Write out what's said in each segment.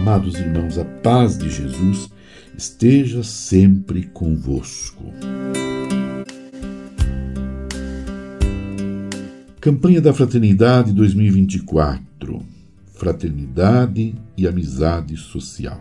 Amados irmãos, a paz de Jesus esteja sempre convosco. Campanha da Fraternidade 2024. Fraternidade e amizade social.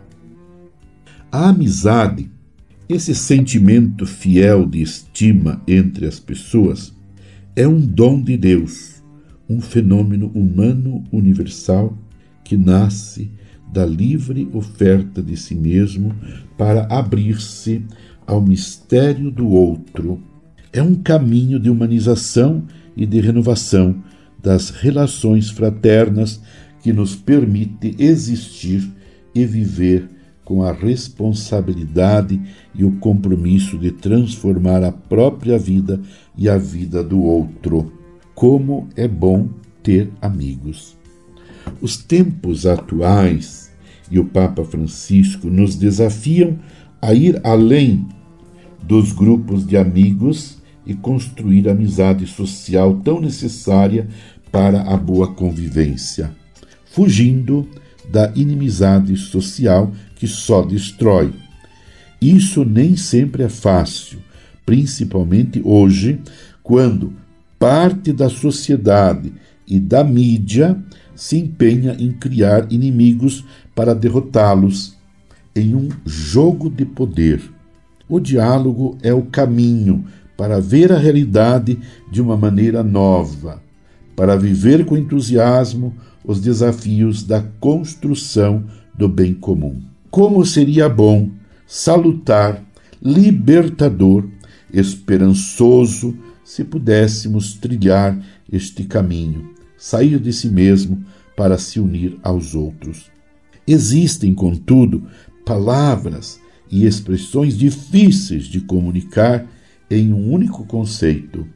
A amizade, esse sentimento fiel de estima entre as pessoas, é um dom de Deus, um fenômeno humano universal que nasce da livre oferta de si mesmo para abrir-se ao mistério do outro. É um caminho de humanização e de renovação das relações fraternas que nos permite existir e viver com a responsabilidade e o compromisso de transformar a própria vida e a vida do outro. Como é bom ter amigos! Os tempos atuais e o Papa Francisco nos desafiam a ir além dos grupos de amigos e construir a amizade social tão necessária para a boa convivência, fugindo da inimizade social que só destrói. Isso nem sempre é fácil, principalmente hoje, quando parte da sociedade e da mídia se empenha em criar inimigos para derrotá-los em um jogo de poder. O diálogo é o caminho para ver a realidade de uma maneira nova, para viver com entusiasmo os desafios da construção do bem comum. Como seria bom, salutar, libertador, esperançoso, se pudéssemos trilhar este caminho, sair de si mesmo para se unir aos outros. Existem, contudo, palavras e expressões difíceis de comunicar em um único conceito.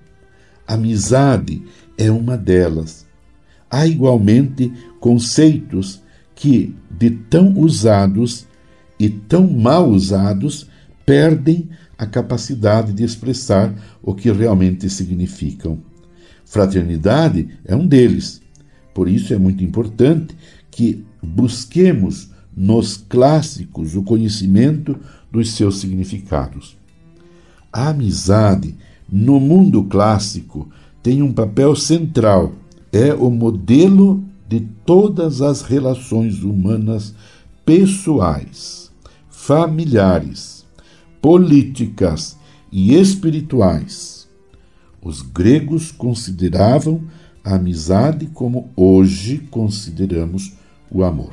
Amizade é uma delas. Há igualmente conceitos que, de tão usados e tão mal usados, perdem a capacidade de expressar o que realmente significam. Fraternidade é um deles. Por isso é muito importante que busquemos nos clássicos o conhecimento dos seus significados. A amizade, no mundo clássico, tem um papel central. É o modelo de todas as relações humanas pessoais, familiares, políticas e espirituais. Os gregos consideravam a amizade como hoje consideramos o amor.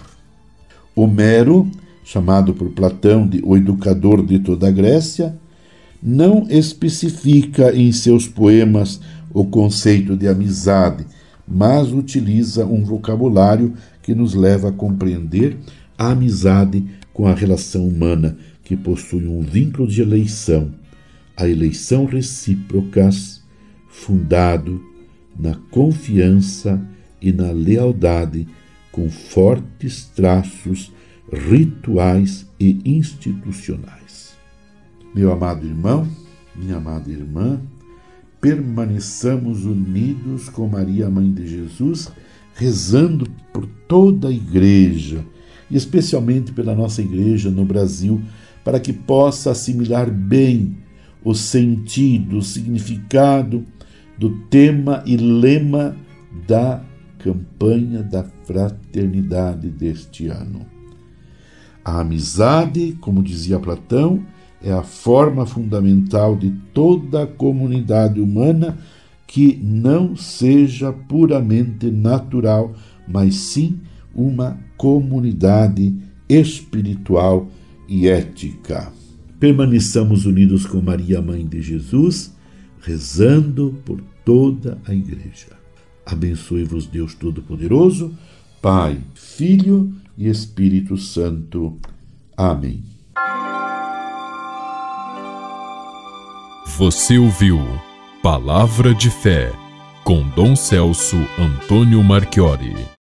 Homero, chamado por Platão de o educador de toda a Grécia, não especifica em seus poemas o conceito de amizade, mas utiliza um vocabulário que nos leva a compreender a amizade com a relação humana, que possui um vínculo de eleição, a eleição recíprocas, fundado na confiança e na lealdade, com fortes traços rituais e institucionais. Meu amado irmão, minha amada irmã, permaneçamos unidos com Maria, Mãe de Jesus, rezando por toda a Igreja, e especialmente pela nossa Igreja no Brasil, para que possa assimilar bem o sentido, o significado do tema e lema da campanha da fraternidade deste ano. A amizade, como dizia Platão, é a forma fundamental de toda a comunidade humana que não seja puramente natural, mas sim uma comunidade espiritual e ética. Permaneçamos unidos com Maria, Mãe de Jesus, rezando por toda a Igreja. Abençoe-vos Deus Todo-Poderoso, Pai, Filho e Espírito Santo. Amém. Você ouviu Palavra de Fé, com Dom Celso Antônio Marchiori.